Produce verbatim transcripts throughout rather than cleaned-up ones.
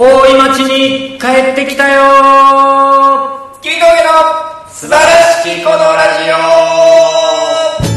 大井町に帰ってきたよ月見峠の素晴らしきこのラジオ。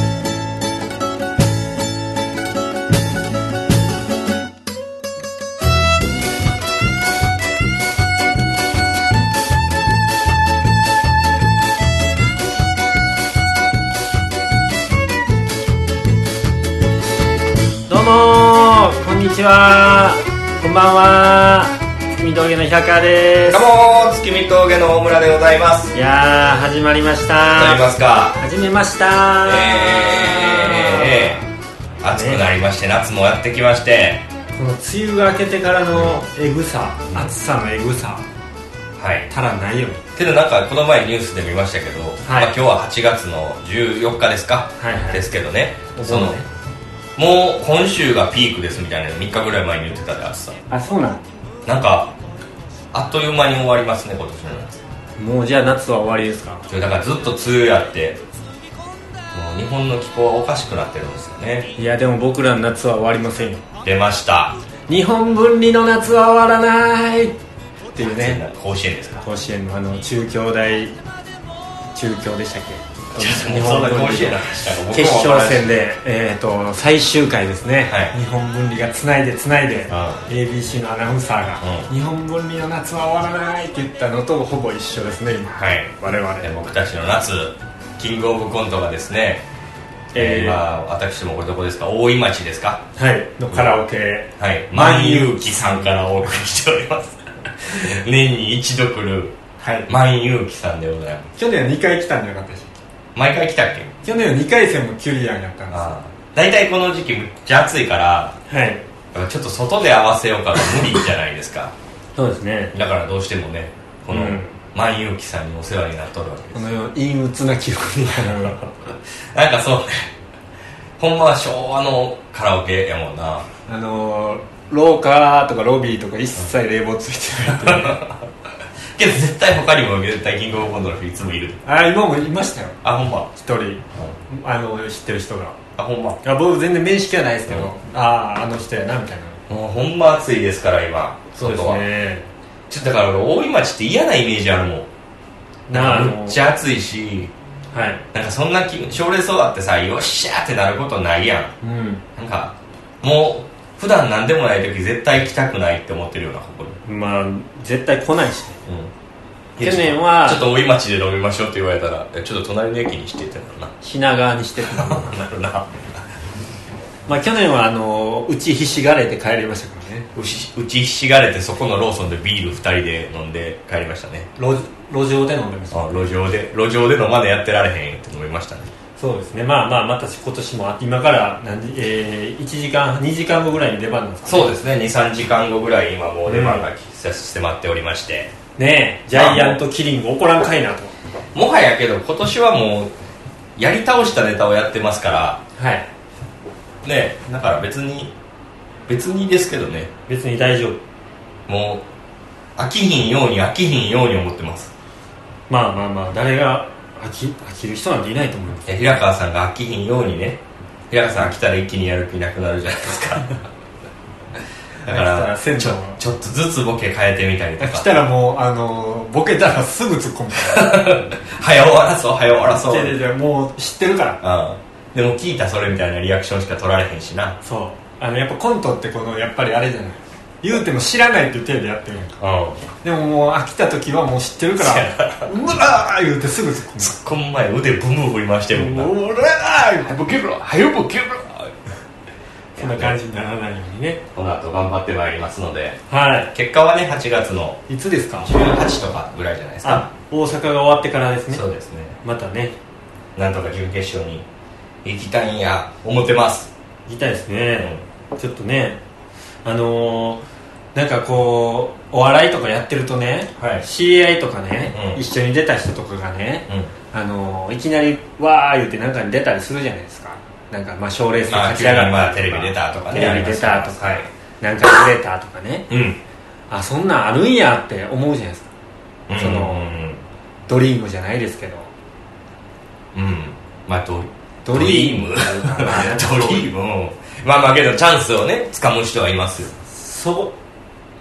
どうもー、こんにちは、こんばんは。月見峠の平川です。 どうもー、月見峠の大村でございます。 いやー、始まりました。 始まりますか。 始めましたー。 えー、えー、暑くなりまして、ね、夏もやってきまして、 この梅雨が明けてからのエグさ、うん、暑さのエグさ、 はい、 たらないよね。 けどなんかこの前ニュースで見ましたけど、はい、まあ、今日ははちがつのじゅうよっかですか、はいはい、ですけどね、そのもう今週がピークですみたいなのみっかぐらい前に言ってたで、暑さ。 あ、そうなん。 なんかあっという間に終わりますね、今年の夏。 もうじゃあ夏は終わりですか。 だからずっと梅雨やって、もう日本の気候はおかしくなってるんですよね。 いやでも僕らの夏は終わりませんよ。 出ました、 日本分離の夏は終わらないっていうね。 甲子園ですか。 甲子園のあの中京大中京でしたっけ。 日本分離決勝戦で、えー、と最終回ですね、はい、日本分離がつないでつないで、うん、エービーシー のアナウンサーが、うん、日本分離の夏は終わらないって言ったのとほぼ一緒ですね今、はい、我々 僕たちの夏キングオブコントがですね、えー、今私もこれどこですか、大井町ですか、 はいのカラオケ、 うん、はい、万有記さんからお送りしております年に一度来る、はい、万有記さんでございます。 去年はにかい来たんじゃなかったでしょ。 毎回来たっけ。 去年はにかい戦もキュリアンやったんですよ。 だいたいこの時期むっちゃ暑いから、はい、ちょっと外で合わせようかな無理じゃないですかそうですね。 だからどうしてもねこの万有記さんにお世話になっとるわけです。 この陰鬱な記憶になるなんかそうね、ほんまは昭和のカラオケやもんな。 あの廊下とかロビーとか一切冷房ついてないけど絶対他にも絶対キングオブコントの人いつもいる。 あ、今もいましたよ。 あ、ほんま。 一人、うん、あの知ってる人が。 あ、ほんま。 あ、僕全然面識はないですけど、うん、あああの人やなみたいな。もうほんま暑いですから今。 そうですね。 ちょっとだから大井町って嫌なイメージあるもん。なあ、めっちゃ暑いし、はい。なんかそんな症例そうだってさ、よっしゃーってなることないやん。うん。なんかもう。普段何でもない時絶対来たくないって思ってるようなここに。まあ絶対来ないしね、うん、去年はちょっと大井町で飲みましょうって言われたらちょっと隣の駅にしてってなるな。 品川にしてってなるなまあ去年はあの打ちひしがれて帰りましたからね。 打ちひしがれてそこのローソンでビールふたりで飲んで帰りましたね。 路, 路上で飲んでました、ね、 あ路上で路上で飲までやってられへんって飲みましたね。 そうですね。まあまあまた今年も今から何時、えー、いちじかんにじかんごぐらいに出番なんですかね。 そうですね。にさんじかんごぐらい今もう出番が迫っておりまして、 うん、ねえジャイアントキリング起こらんかいなと。 もはやけど今年はもうやり倒したネタをやってますから、はいねえ、だから別に別にですけどね、 別に大丈夫。 もう飽きひんように飽きひんように思ってます。 まあまあまあ誰が飽き、飽きる人なんていないと思います。 平川さんが飽きひんようにね。平川さん飽きたら一気にやる気なくなるじゃないですかだからちょ、ちょっとずつボケ変えてみたりとか。 飽きたらもうあのボケたらすぐ突っ込む早終わらそう早終わらそう。 じゃじゃもう知ってるから、 うん、でも聞いたそれみたいなリアクションしか取られへんしな。 そう、あのやっぱコントってこのやっぱりあれじゃない、言うても知らないっていう体でやってる、うん、でももう飽きた時はもう知ってるからうわー言うてすぐ突っ込む。 突っ込む前腕ブンブン振り回してるもんな。 うらーはボケろはよボケろそんな感じにならないようにねこの後頑張ってまいりますので、 はい、 結果はねはちがつのいつですかじゅうはちとかぐらいじゃないですか。 あ、大阪が終わってからですね。 そうですね。 またねなんとか準決勝に行きたいんや思ってます。 行きたいですね、うん、ちょっとねあのーなんかこうお笑いとかやってるとね、はい、知り合いとかね、うん、一緒に出た人とかがね、うん、あのいきなりわー言ってなんかに出たりするじゃないですか。なんかまあ賞レースで勝ち上がったとか、 まあ、テレビ出たとかね、 テレビ出たとか、はい、なんか売れたとかね、うん、あそんなんあるんやって思うじゃないですか、うん、その、うん、ドリームじゃないですけど、 うんまあドドリームドリームまあまあけどチャンスをね掴む人はいますよ。 そ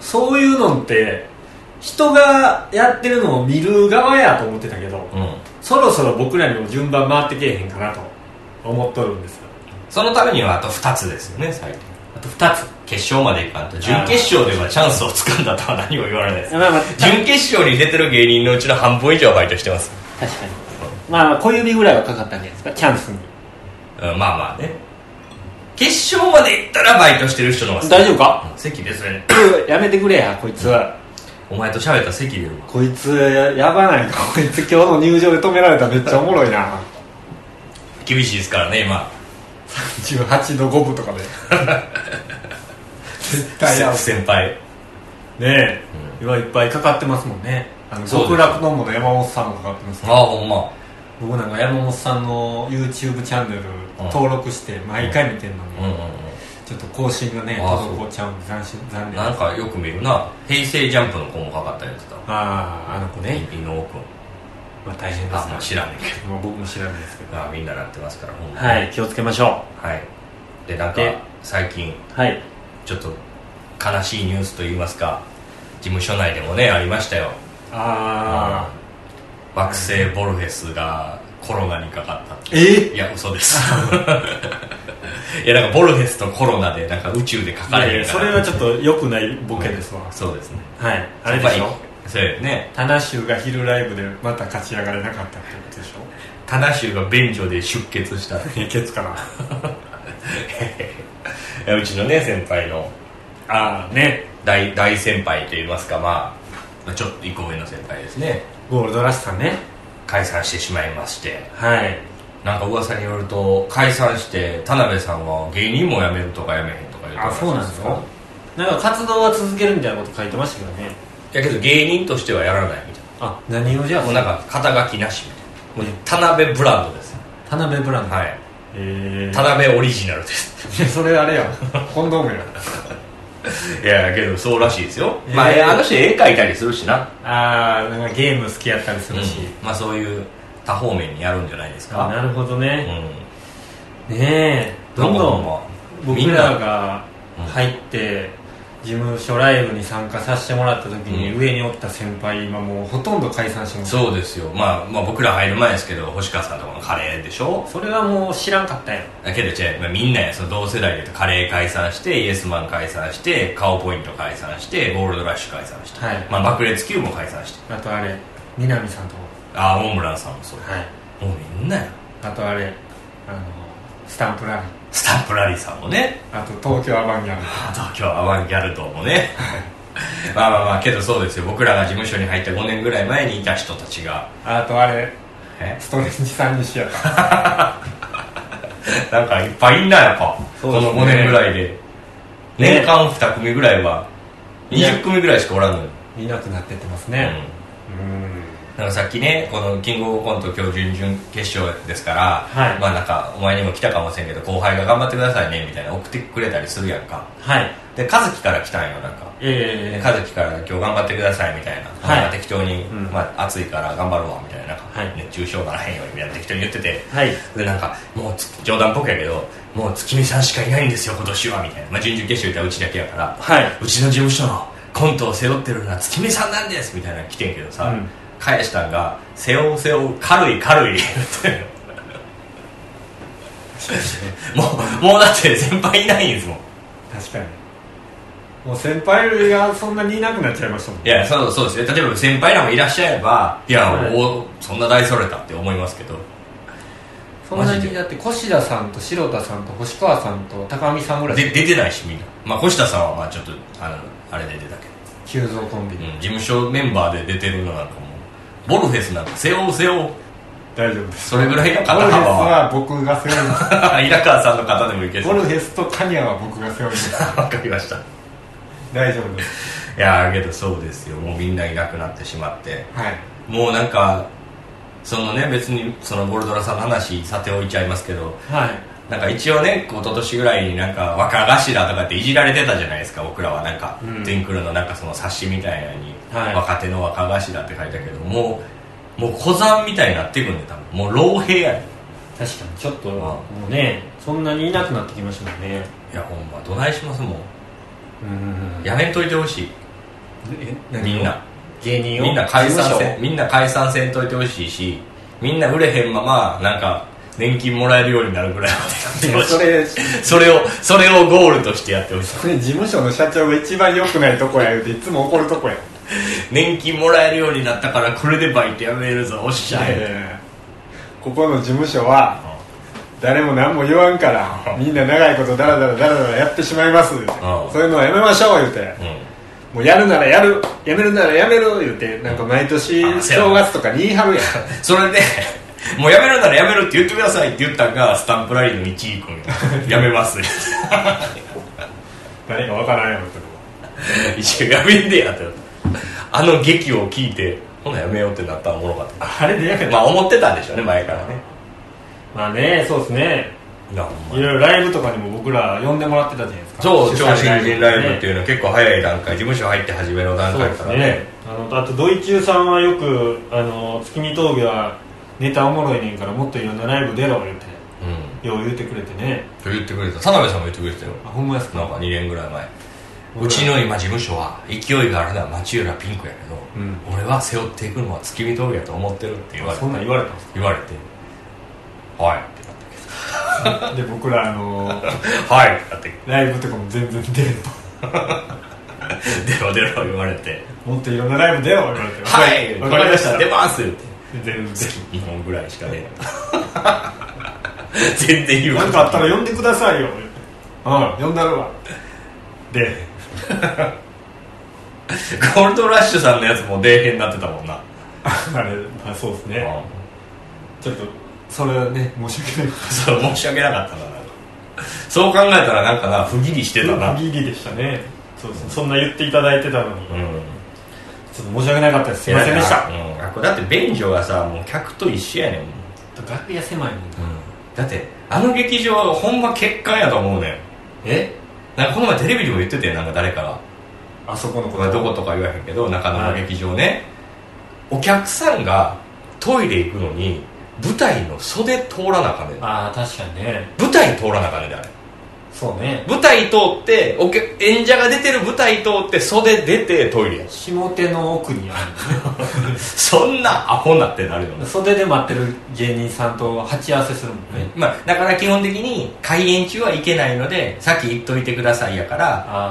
そういうのって人がやってるのを見る側やと思ってたけど、うん、そろそろ僕らにも順番回ってけえへんかなと思っとるんですよ。 そのためにはあとふたつですよね。最近あとふたつ決勝までいかんと。準決勝ではチャンスをつかんだとは何も言われないです。まあまあ、準決勝に出てる芸人のうちの半分以上はバイトしてます。 確かに、うん、まあ小指ぐらいはかかったんじゃないですか、チャンスに、 うん、まあまあね。決勝まで行ったらバイトしてる人の方が大丈夫か、 うん、席ですねやめてくれやこいつは、 お前と喋ったら席出るわ。 こいつ や, やばないかこいつ今日の入場で止められたらめっちゃおもろいな厳しいですからね今さんじゅうはちどごぶとかで絶対や先輩ねえ、うん、今いっぱいかかってますもんね。あの極楽のもの山本さんもかかってますけど、 ああほんま。 僕なんか山本さんの YouTube チャンネル登録して毎回見てるのに、うんうんうんうん、ちょっと更新がね滞っちゃうんで残残念。 なんかよく見るな。平成ジャンプの子もかかったやつだ。 あああの子ね、 伊能君。 まあ大変ですね。 あ知らないけど、 まあ、僕も知らないですけど、 あみんななってますからほんまはい気をつけましょう。はい。でなんか最近、はい、ちょっと悲しいニュースといいますか事務所内でもねありましたよ。ああ惑星ボルヘスがコロナにかかったって。 えー、 いや嘘ですいやなんかボルヘスとコロナでなんか宇宙でかかれへんから、 それはちょっと良くないボケですわ、 うん、そうですね。 はいあれでしょ、 そうですね。 タナシュが昼ライブでまた勝ち上がれなかったってことでしょ。 タナシュが便所で出血した血かなうちのね先輩のああね大, 大先輩といいますか、まあ、ちょっと一個上の先輩ですね。 ゴールドラッシュさんね解散してしまいまして、 はい、 なんか噂によると解散して田辺さんは芸人も辞めるとか辞めへんとか言うてました。 あそうなんですか。なんか活動は続けるみたいなこと書いてましたけどね。 いやけど芸人としてはやらないみたいな。 あ何をじゃあもうなんか肩書きなしみたいな、もう田辺ブランドです。 田辺ブランド、 はい、えー、田辺オリジナルです。 いやそれあれやコンドームやいやけどそうらしいですよ、えー、まああの人絵描いたりするしな。 ああなんかゲーム好きやったりするし、 うん、まあそういう多方面にやるんじゃないですか。 なるほどね、うん、ねえどんどん僕らが入って事務所ライブに参加させてもらった時に、うん、上におった先輩今もうほとんど解散しました。 そうですよ、まあ、まあ僕ら入る前ですけど星川さんとかのカレーでしょ。 それはもう知らんかったよ。 だけど違う、まあ、みんなやその同世代でカレー解散してイエスマン解散して顔ポイント解散してゴールドラッシュ解散して、はい、まあ、爆裂 Q も解散して、 あとあれ南さんとああモンブランさんもそう、はい、もうみんなや。 あとあれあのスタンプラリースタンプラリーさんもね。 あと東京アバンギャルド東京アバンギャルドもねまあまあまあけどそうですよ、僕らが事務所に入ったごねんぐらい前にいた人たちが。 あとあれストレンジさんにしやったなんかいっぱいいんなやっぱ、ね、このごねんぐらいで年間に組ぐらいはにじゅっ組ぐらいしかおらんのよ。 いなくなってってますね。うん、 うんなんかさっきねこのキングオブコント今日準々決勝ですから、はい、まあなんかお前にも来たかもしれんけど後輩が頑張ってくださいねみたいな送ってくれたりするやんか。はいで和樹から来たんよなんか、えー、和樹から今日頑張ってくださいみたいな、はい、適当に、うんまあ、暑いから頑張るわみたいな、はい、熱中症ならへんようにみたいな適当に言ってて、はい、でなんかもう冗談っぽくやけどもう月見さんしかいないんですよ今年はみたいな、まあ、準々決勝いったらうちだけやから、はい、うちの事務所のコントを背負ってるのは月見さんなんですみたいなの来てんけどさ、うん返したんが背負う背負う軽い軽いってもうもうだって先輩いないんですもん。 確かにもう先輩がそんなにいなくなっちゃいましたもん、ね、 いやそうそうですね。例えば先輩らもいらっしゃればいや、はい、おそんな大それたって思いますけど、 そんなにだって越田さんと白田さんと星川さんと高見さんぐらいで出てないしみんな、まあ、越田さんはまあちょっとあのあれで出たけど急増コンビ、 うん、事務所メンバーで出てるのなんかもボルフェスなんか背負う背負う大丈夫です。 それぐらいの肩幅はボルフェスは僕が背負います平川さんの肩でもいける。 ボルフェスとカニャは僕が背負いますわかりました。 大丈夫です。 いやけどそうですよ、もうみんないなくなってしまって、はい、もうなんかそのね別にそのゴルドラさんの話さておいちゃいますけど、はい、なんか一応ね一昨年ぐらいになんか若頭とかっていじられてたじゃないですか僕らは。なんか、うん、テンクルのなんかその冊子みたいなのに、はい、若手の若頭って書いたけどもうもう小山みたいになっていくんで多分もう老兵やね。 確かにちょっと、うん、もうねそんなにいなくなってきましたもんね。 いやほんまどないしますもん。うんやめんといてほしい。 えみんな芸人をみんな解散せみんな解散せんといてほしいし、みんな売れへんままなんか年金もらえるようになるぐらいまでやってほしい。それそれをそれをゴールとしてやってほしい。 それ事務所の社長が一番良くないとこや言うていつも怒るとこや。 年金もらえるようになったからこれでバイトやめるぞおっしゃい。 ここの事務所は誰も何も言わんからみんな長いことダラダラダラダラやってしまいます言うて、そういうのはやめましょう言うて、もうやるならやる、やめるならやめる言うて、なんか毎年正月とかに言い張るやん。 それでもうやめるならやめるって言ってくださいって言ったんがスタンプラリーの一位君やめます誰かわからんやろ一応やめんでやってあの劇を聞いてほなやめようってなったらおもろかった。 あれでやめた。 まあ思ってたんでしょうね前からね。 まあね、そうですね。いろいろライブとかにも僕ら呼んでもらってたじゃないですか。 そう、超新人ライブっていうのは結構早い段階、事務所入って初めの段階からね。 ね、あのあとドイチューさんはよくあの月見峠はネタおもろいねんからもっといろんなライブ出ろ言うて、うん、よう言ってくれてね。 言ってくれた。田辺さんも言ってくれてたよ。 あ、ほんまですか。 なんかにねんぐらい前、うちの今事務所は勢いがあるのは町浦ピンクやけど、うん、俺は背負っていくのは月見峠やと思ってるって言われて。 そんなん言われたんですか。 言われてはいで僕らあのー、 はいってなってライブとかも全然出ると出ろ出ろ言われて、 もっといろんなライブ出ろ言われて、 はいわかりました出ますって全然にほんぐらいしか出全然言う何かあったら呼んでくださいよ。ああ呼んだるわでゴールドラッシュさんのやつも出えへんなってたもんなあれ、あ、そうですね、ちょっとそれはね申し訳ないそう申し訳なかったな。そう考えたらなんかな不義理してたな。 不義理でしたね。そうそう、そんな言っていただいてたのに、うん、ちょっと申し訳なかったです。すいませんでした。 うん、だって便所がさもう客と一緒やねんもん。 楽屋狭いもん、うん、 だってあの劇場はほんま欠陥やと思うねん。 えなんかこの前テレビでも言ってて、なんか誰かがあそこのことどことか言わへんけど中野の劇場ね、はい、お客さんがトイレ行くのに舞台の袖通らなあかんねん。 ああ確かにね、 舞台通らなあかんねんであれ。 そうね、 舞台通ってお客演者が出てる舞台通って袖出てトイレや。 下手の奥にある、 ね、そんなアホなってなるよね。 袖で待ってる芸人さんと鉢合わせするもんね、 まあ、だから基本的に開演中は行けないので先行っといてくださいやから、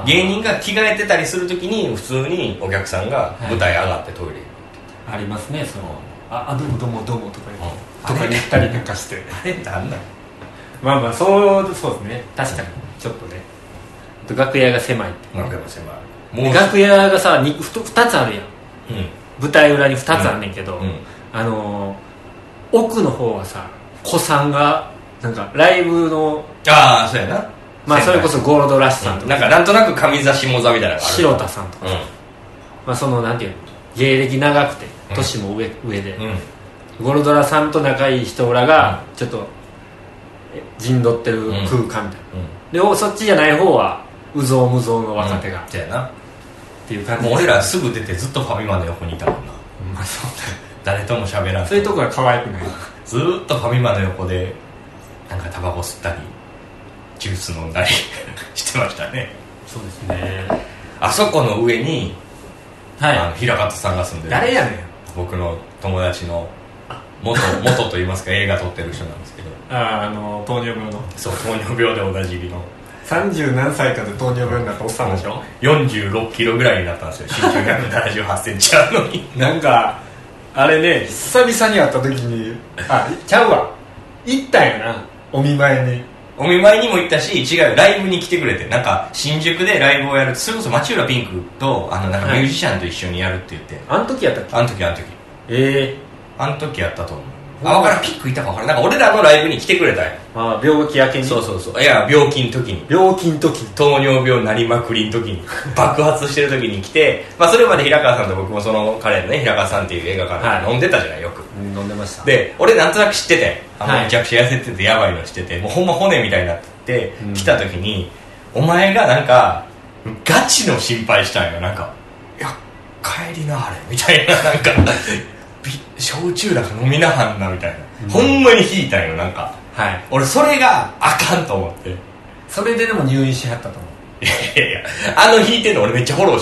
芸人が着替えてたりするときに普通にお客さんが舞台上がってトイレ、 はい、ありますねそのああどうもどうもどうもとか言って、うん、とか言ったりなんかしてあれなんだまあまあそうそうですね、確かにちょっとね楽屋が狭いって、 楽屋が狭い。 もう楽屋がさ 2, 2つあるやん、うん、舞台裏にふたつあんねんけど、うんうん、あのー、奥の方はさ子さんがなんかライブのああそうやな、 まあそれこそゴールドラッシュさんとか、 うん、なんかなんとなく上座下座みたいなのがある白田さんとか、うん、まあそのなんていうの芸歴長くて年も 上,、うん、上で、うん、ゴールドラさんと仲いい人らがちょっと陣取ってる空間みたいな、うんうん、でそっちじゃない方はうぞうむぞうの若手が、 うん、じゃなっていう感じで、 もう俺らすぐ出てずっとファミマの横にいたもんな、 まあそうだ誰とも喋らん。 そういうとこが可愛くない。 ずっとファミマの横でなんかタバコ吸ったりジュース飲んだりしてましたね。 そうですね。 あそこの上に、はい、あの平方さんが住んでる。 誰やねん。 僕の友達の元元といいますか映画撮ってる人なんですけどああの糖尿病のそう糖尿病でおなじみのさんじゅう何歳かで糖尿病になったおっさんでしょ。 よんじゅうろっキロぐらいになったんですよ。身長ひゃくななじゅうはちセンチあるのになんかあれね久々に会った時にあちゃうわ行ったんやなお見舞いにお見舞いにも行ったし、違うライブに来てくれて、なんか新宿でライブをやる、それこそ町浦ピンクとあのなんかミュージシャンと一緒にやるって言って、 はい、あの時やったっけ。 あの時あの時ええー、あの時やったと思う。あ、分からん、ピンクいたか分からん。なんか俺らのライブに来てくれたんや。 ああ、病気明けに。 そうそうそう。いや、病気の時に。 病気の時に。 糖尿病になりまくりの時に。爆発してる時に来て、まあそれまで平川さんと僕もその彼のね、平川さんっていう映画館で飲んでたじゃない、よく。 うん、飲んでました。 で、俺なんとなく知ってて、あの、めちゃくちゃ痩せててやばいの知ってて、もうほんま骨みたいになってて、うん、来た時に、お前がなんか、ガチの心配したんよ、なんか。いや、帰りなはれ、みたいな、なんか、焼酎なんか飲みなはんなみたいな、うん、ほんまに引いたんよなんか、はい、俺それがあかんと思って。 それででも入院しはったと思う。 いやいやいや、あの引いてんの俺めっちゃフォローしてた。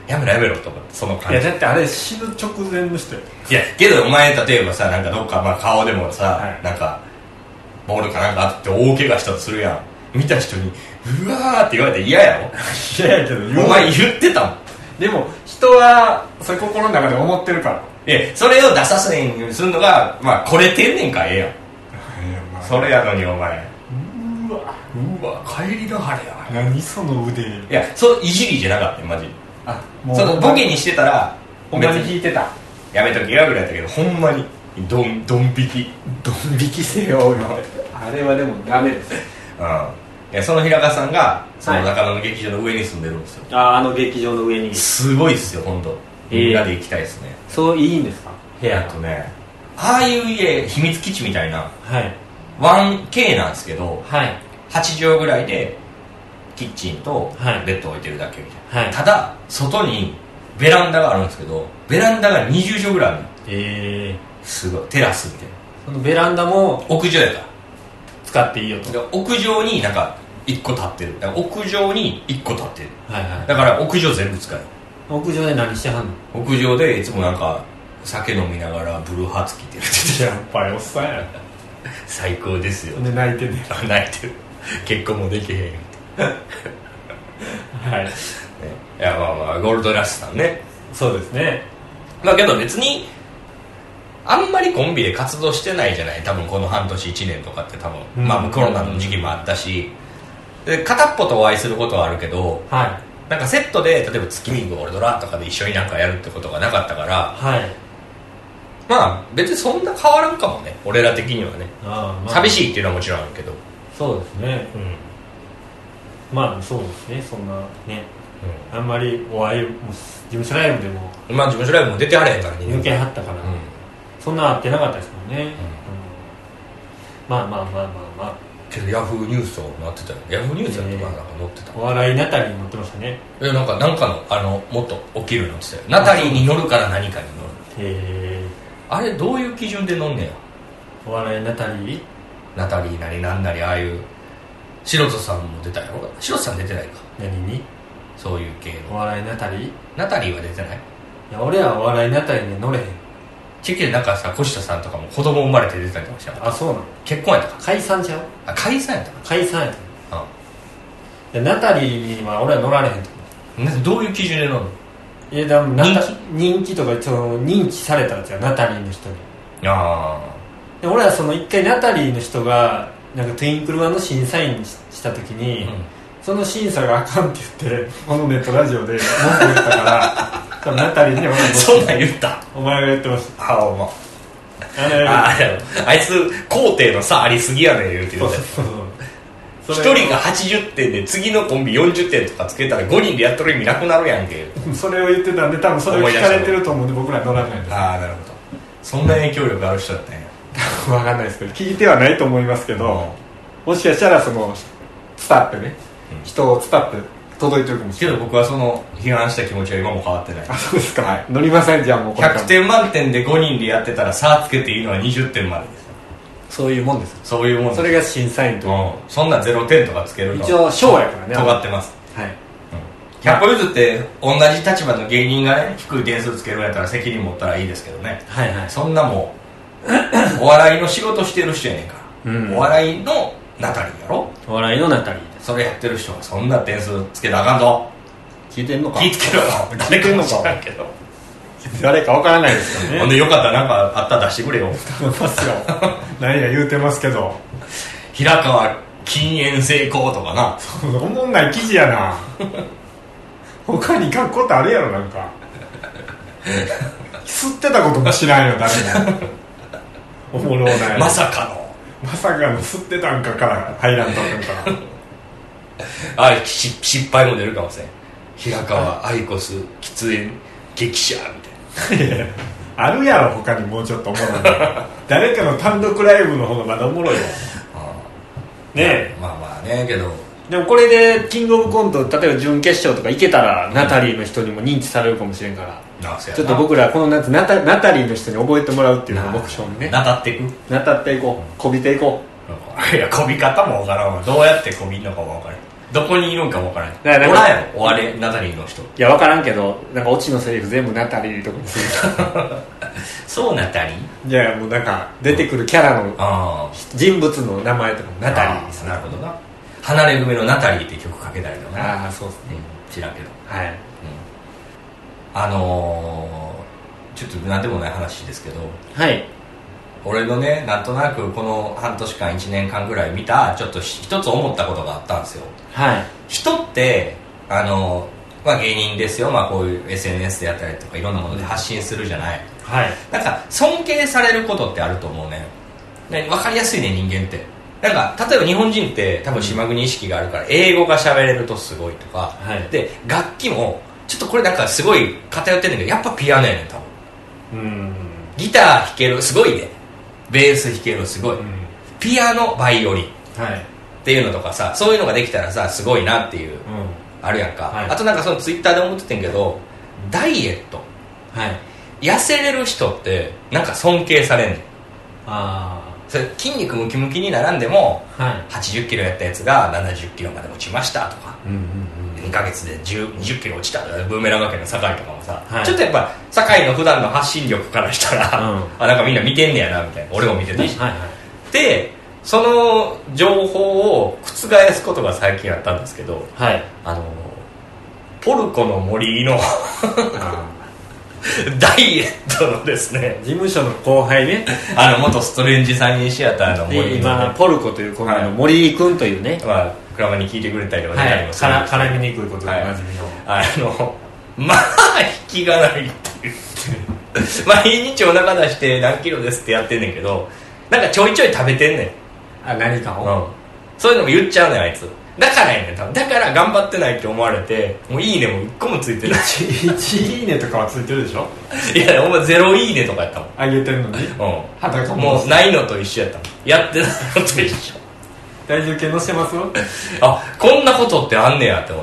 やめろやめろと思ってその感じ。 いやだってあれ死ぬ直前の人や。 いやけどお前例えばさなんかどっか、まあ、顔でもさ、 はい、 なんかボールかなんかあって大怪我したとするやん。見た人にうわーって言われて嫌やろ。 嫌やけどお前言ってたもん。 でも人はそれ心の中で思ってるから。 えそれを出させへんようにするのがまあこれてんねんかええやん、まあ、それやのにお前うわうわ帰りの晴れや何その腕。いやそういじりじゃなかったよマジ。 あもうそのボケにしてたらほんまに引いてた。 やめとけよぐらいだったけどほんまにドンドン引きドン引きせよあれはでもダメですよ。 うんいやその平川さんがその中野の劇場の上に住んでるんですよ、 はい、ああの劇場の上にすごいっすよ本当。みんなで行きたいですね。 そういいんですか部屋とねああいう家秘密基地みたいな、 はい、 ワンケー なんですけど、 はい、 はち畳ぐらいでキッチンとベッドを置いてるだけみたいな、はい、ただ外にベランダがあるんですけどベランダがにじゅう畳ぐらいあるの。 えー、 すごいテラスみたいな。 そのベランダも屋上やから使っていいよと。 屋上になんかいっこ立ってる。だから屋上にいっこ立ってる、 はいはい、 だから屋上全部使える。 屋上で何してはんの。 屋上でいつもなんか酒飲みながらブルーハーツ着てるってやっぱりおっさんや最高ですよ。 で泣いてる泣いてる結婚もできへんはい、ね、 いやまあまあゴールドラッシュさんね。 そうですね。 まあけど別にあんまりコンビで活動してないじゃない多分この半年いちねんとかって多分、うん、まあコロナの時期もあったしで片っぽとお会いすることはあるけど、はい、なんかセットで例えば月見ゴールドラとかで一緒になんかやるってことがなかったから、はい、まあ別にそんな変わらんかもね俺ら的にはね。あ、まあ、寂しいっていうのはもちろんあるけど。 そうですね、うん、まあそうですねそんなね、うん、あんまりお会いも事務所ライブでもまあ事務所ライブも出てはれへんからね抜けはったから、うん、そんな会ってなかったですもんね、うんうん、まあまあまあまあまあけどヤフーニュースを載ってたよ。ヤフーニュースだとかなんか載ってた、 お笑いナタリー載ってましたね。 えなんかなんかのあのもっと起きるのって言ってたよ。ナタリーに乗るから何かに乗る。へえ。あれどういう基準で乗んねや。 お笑いナタリーナタリーなりなんなりああいう白戸さんも出たよ。白戸さん出てないか。 何にそういう系のお笑いナタリーナタリーは出てない。 いや俺はお笑いナタリーに乗れへん。 チェキでなんかさ越田さんとかも子供生まれて出てたりとかした。 あそうなの。 結婚やったか解散ちゃう。 あ解散やったか解散やった。うんいやナタリーには俺は乗られへんと思う。どういう基準で乗るの。 いやでも人気人気とかその認知されたんですよナタリーの人に。ああで俺はその一回ナタリーの人がなんかトゥインクルワンの審査員した時に、うん、その審査があかんって言ってこのネットラジオで文句言ったからナタリーに俺そんなん言った。 お前が言ってました。あお前あああいつ工程の差ありすぎやねん言うて言うて一人がはちじゅってんで次のコンビよんじゅってんとかつけたらごにんでやっとる意味なくなるやんけ。 それを言ってたんで多分それを聞かれてると思うんで僕ら乗らないです。 ああなるほど。そんな影響力ある人だったんや。 分かんないですけど聞いてはないと思いますけど、うん、もしかしたらその伝ってね、うん、人を伝って届いてるかもしれないけど僕はその批判した気持ちは今も変わってない。 あそうですか、はい、乗りません。じゃあもうひゃくてん満点でごにんでやってたら差つけていいのはにじゅってんまでです。 そういうもんです。 そういうもんです。 それが審査員と、うん、 そんなゼロてんとかつけるの一応賞やからね尖ってます。はい、うん、ひゃっこ譲って同じ立場の芸人がね低い点数つけるんやったら責任持ったらいいですけどね、はいはい、そんなもうお笑いの仕事してる人やねんから、うん、お笑いのナタリーやろ。 お笑いのナタリーです。 それやってる人がそんな点数つけたらあかんぞ。 聞いてんのか。 聞いてるわ。 誰かも知らんけど誰かわからないですからね。 ほんでよかったらなんかあったら出してくれよ。 頼みますよ何や言うてますけど平川禁煙成功とかな。 そうおもんない記事やな他に書くことあるやろなんか吸ってたことも知らんよ誰もおもろない。 まさかのまさかの吸ってたんかから入らんと思うからあ失敗も出るかもしれん。平川アイコス喫煙激写みたいなあるやろ他にもうちょっとおもろい誰かの単独ライブの方がまだおもろいよねえ。 まあまあねけどでもこれでキングオブコント例えば準決勝とかいけたら、うん、ナタリーの人にも認知されるかもしれんから、ちょっと僕らこの夏 ナタ, ナタリーの人に覚えてもらうっていうのが目標にね。 ナタっていくナタっていこう、こびていこう。いやこび方も分からんわ。どうやってこびんのかも分からん。 どこにいるんかもわからん。だからおらんやろ、あれナタリーの人。 いや分からんけど、なんかオチのセリフ全部ナタリーとかにするそうナタリー。いやもうなんか出てくるキャラの人物の名前とかもナタリーです。 なるほどな。離れ組のナタリーって曲かけたりとか。 ああそうですね、 うん、知らんけど。 はい、うん、 あのー、ちょっと何でもない話ですけど、 はい、 俺のね、なんとなくこの半年間いちねんかんぐらい見たちょっと一つ思ったことがあったんですよ。 はい。 人ってあの、まあ、芸人ですよ、まあ、こういう エスエヌエス でやったりとかいろんなもので発信するじゃない、 はい、 なんか尊敬されることってあると思うね。ね、分かりやすいね、人間って。なんか例えば日本人って多分島国意識があるから英語が喋れるとすごいとか、はい、で楽器もちょっとこれなんかすごい偏ってんだけどやっぱピアノやねん多分。うん、ギター弾けるすごいね、ベース弾けるすごい、うん、ピアノバイオリン、はい、っていうのとかさ、そういうのができたらさすごいなっていう、うん、あるやんか、はい、あとなんかそのツイッターで思っててんけどダイエット、はい、痩せれる人ってなんか尊敬されんねん。ああ、それ筋肉ムキムキに並んでも、はい、はちじゅっキロやったやつがななじゅっキロまで落ちましたとか、うんうんうん、にかげつでにじゅっキロ落ちたとか、ブーメラン学園の酒井とかもさ、はい、ちょっとやっぱ酒井の普段の発信力からしたら、うん、あ、なんかみんな見てんねやなみたいな、俺も見てたし、はいはい、でその情報を覆すことが最近あったんですけど、はい、あのポルコの森のダイエットのですね、 事務所の後輩ね、 あの元ストレンジサニーシアターの森の、ね、 今ポルコというコンビの森井君というね、 まあ、クラマに聞いてくれたりとか出たりもするんですけど、はい、絡みにくいことでおなじみの、 はい、あのまあ引きがないっていう毎日お腹出して何キロですってやってんねんけど、なんかちょいちょい食べてんねん。 あ、何かを、 うん、そういうのも言っちゃうねんあいつ。だからやねん多分。だから頑張ってないって思われて、もういいねもいっこもついてない。 いちいいねとかはついてるでしょ。 いやお前ゼロいいねとかやったもん。 あげてるのに、うん、 裸もうないのと一緒やったもん。やってないのと一緒体重計乗せますよあ、こんなことってあんねやって思った。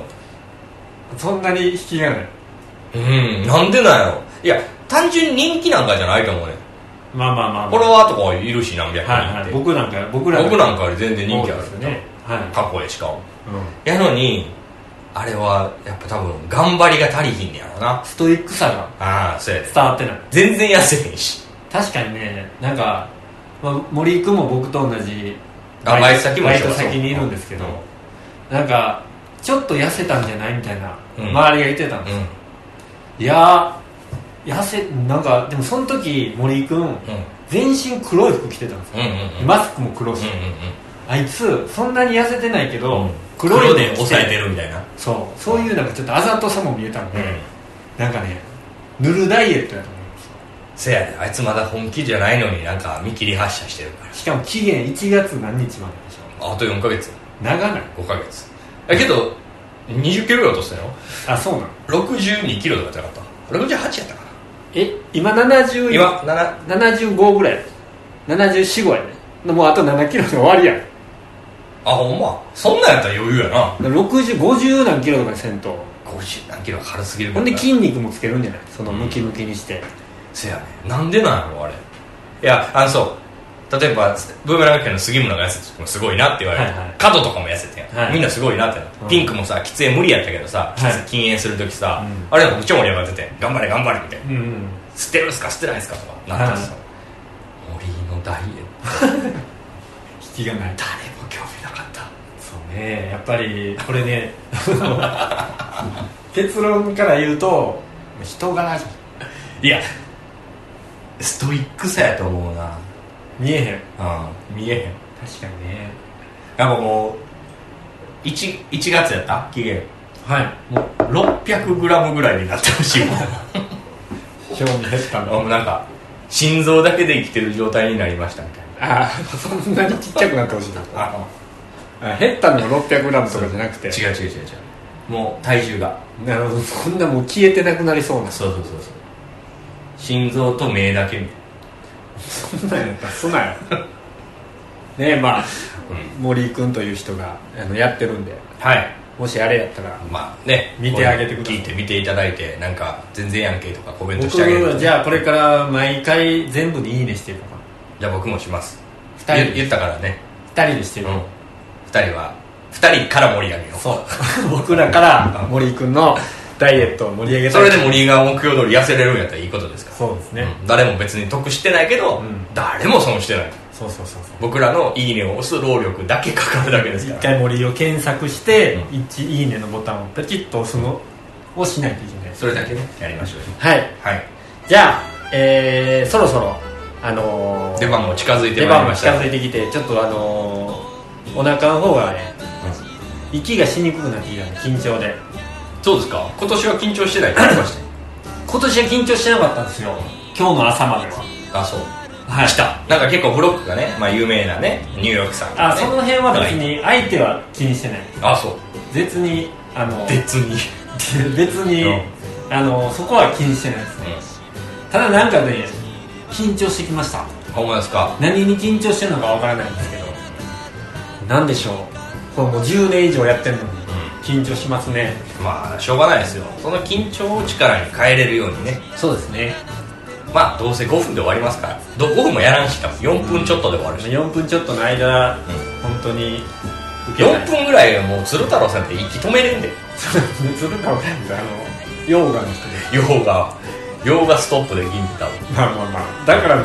そんなに引きがない。 うん、なんでなんやろ。いや単純に人気なんかじゃないと思うね。まあまあまあ、まあ、 フォロワーとかいるし何百人って、はいはい、 僕なんか僕ら僕なんかより全然人気あるんね、はい、過去へしかも、うん、やのにあれはやっぱ多分頑張りが足りひんねやろな。 ストイックさがああそうや伝わってない。 全然痩せへんし。 確かにね、なんか、まあ、森井君も僕と同じバイト先もバイト先にいるんですけど、うん、なんかちょっと痩せたんじゃないみたいな、うん、周りが言ってたんですよ、うん、いや痩せなんかでもその時森井君、うん、全身黒い服着てたんですよ、うんうんうん、マスクも黒し、うんうんうん、あいつそんなに痩せてないけど、うん、 黒いで抑えてるみたいな、 そうそういうなんかちょっとあざとさも見えたんで、うん、なんかね塗るダイエットやと思います。 せやね、あいつまだ本気じゃないのになんか見切り発車してるから。 しかも期限いちがつ何日まででしょ。あとよんかげつ。 長ないごかげつだけどにじゅっキロぐらい落としたよ。 あ、そうなの。 ろくじゅうにキロとかじゃなかった。ろくじゅうはちやったかな。 え、今ななじゅう、 今ななじゅうごぐらい、ななじゅうよん、ごやね。もうあとななキロで終わりやん。 あ、ほんまそんなんやったら余裕やな。 ろくじゅう、ごじゅう何キロとかにせんとごじゅう何キロ軽すぎる。 ほんで筋肉もつけるんじゃない、そのムキムキにして、うん、 せやね。なんでなんやろあれ。いや、あのそう例えばブーメラン学園の杉村が痩せてもすごいなって言われる、はいはい、角とかも痩せてん、はい、みんなすごいなってな、うん、ピンクもさ喫煙無理やったけどさ、はい、禁煙する時さ、うん、あれなんかめっちゃ盛り上がってて頑張れ頑張れみたいな、うんうん、吸ってるんすか吸ってないんすかとかなってさ、はい、森のダイエット引きがない。 誰も興味なかった。 そうね、やっぱりこれね結論から言うと人柄じゃん。 いやストイックさやと思うな。 見えへん、 うん、見えへん。 確かにね。 やっぱもう 1, いちがつやった期限。 はい。 もうろっぴゃくグラムぐらいになってほしいもん表に減ったの。 もうなんか心臓だけで生きてる状態になりましたみたいな。 ああ、そんなにちっちゃくなってほしいな。ああ、減ったのがろっぴゃくグラムとかじゃなくて。 違う違う違う違う。もう体重が。 なるほど。そんなもう消えてなくなりそうな。 そうそうそうそう。心臓と目だけみたいな。 そんなんやったらすなよねえ、まあ、うん、森井君という人があのやってるんで、はい、もしあれやったらまあね見てあげてください。 聞いて見ていただいて、なんか全然やんけとかコメントしてあげる。 僕じゃあこれから毎回全部にいいねしてるかな。 じゃあ僕もします。ふたり言ったからね。 ふたりでしてる、うん、 ふたりはふたりから盛り上げよう。 そう僕らから森井君のダイエットを盛り上げたい。 それで森井が目標通り痩せれるんやったらいいことですから。 そうですね、 うん、誰も別に得してないけど、うん、誰も損してない。 そうそうそうそう、 僕らのいいねを押す労力だけかかるだけですから。 一回森井を検索して、うん、いちいいねのボタンをペチッと押すのをしないといけない。 それだけねやりましょう。 はい、はい、じゃあ、えー、そろそろあのー、 出番も近づいてまいりました。 出番も近づいてきて、ちょっとあのー、お腹の方がね、うん、息がしにくくなってきたんで、緊張で。 そうですか。今年は緊張してないって言ってました。 今年は緊張してなかったんですよ、今日の朝までは。 あ、そう、はい、来た。なんか結構ブロックがね、まあ、有名なねニューヨークさん、ね、 あ、その辺は別に相手は気にしてない。 あ、そう。 別にあの別に別に、うん、あのそこは気にしてないですね、うん、ただなんかね緊張してきました。 ほんまですか。 何に緊張してるのかわからないんですけど、なんでしょう、これもうじゅうねん以上やってるのに、うん、緊張しますね。 まあしょうがないですよ。その緊張を力に変えれるようにね。 そうですね。 まあどうせごふんで終わりますから、ごふんもやらんし、よんぷんちょっとで終わるし、 うん、よんぷんちょっとの間、うん、本当によんぷんぐらいもう鶴太郎さんって息止めれんで。 鶴太郎さんってあのヨーガの人で、 ヨーガヨーガストップで銀太郎。 まあまあまあ、だからね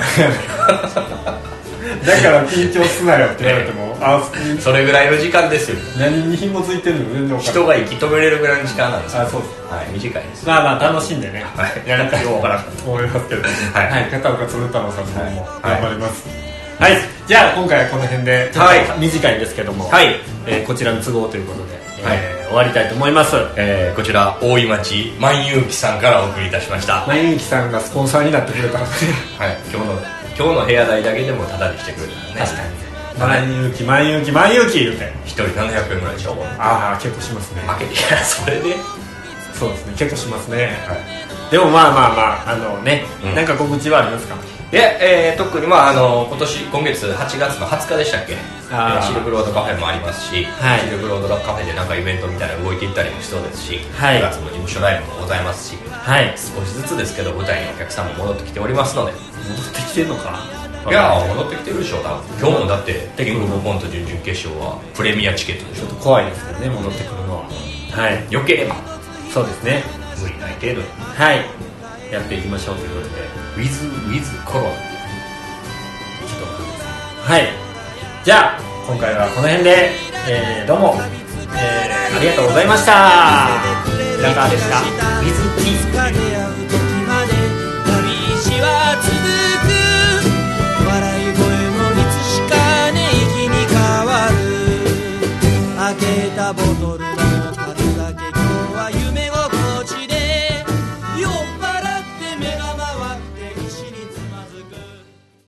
だから緊張すなよって言われても、あ、 それぐらいの時間ですよ。 何に紐づいてるの全然分からない。 人が息止めれるぐらいの時間なんですよ。 あ、そうです、 はい、短いです。 まあまあ楽しんでね、 はい、やらなくてよう分からなかった思いますけど、はい、はい、片岡鶴太郎さんの方も頑張ります。 はい、 はい、じゃあ今回はこの辺でちょっと短いんですけども、 はい、 えー、こちらの都合ということで、はい、えー、終わりたいと思います。 えー、こちら大井町万有記さんからお送りいたしました。 万有記さんがスポンサーになってくれたので、 はい、今日の今日の部屋代だけでもタダにしてくれたらね。 確かに万有記万有記万有記言うてひとりななひゃくえんぐらいでしょ。 ああ、結構しますね。 負けて、いや、それでそうですね、結構しますね、はい、でもまあまあまあ、あのね、うん、なんか告知はありますか。 いや、えー、特にまああの今年今月はちがつのはつかでしたっけ、シルクロードカフェもありますし、はい、シルクロードカフェでなんかイベントみたいなの動いていったりもしそうですし、はい、くがつの事務所ライブもございますし、はい、少しずつですけど舞台にお客さんも戻ってきておりますので。 戻ってきてるのか。 いやー、戻ってきてるでしょ多分。今日もだってキングオブコント準々決勝はプレミアチケットでしょ。 ちょっと怖いですけどね、戻ってくるのは。はい、 よければ。そうですね、無理ない程度に、 はい、やっていきましょうということで、 ウィズウィズコロナ、 ちょっと待ってください。はい、じゃあ今回はこの辺で、えー、どうも、えー、ありがとうございました。平川でした。ウィズピー開けた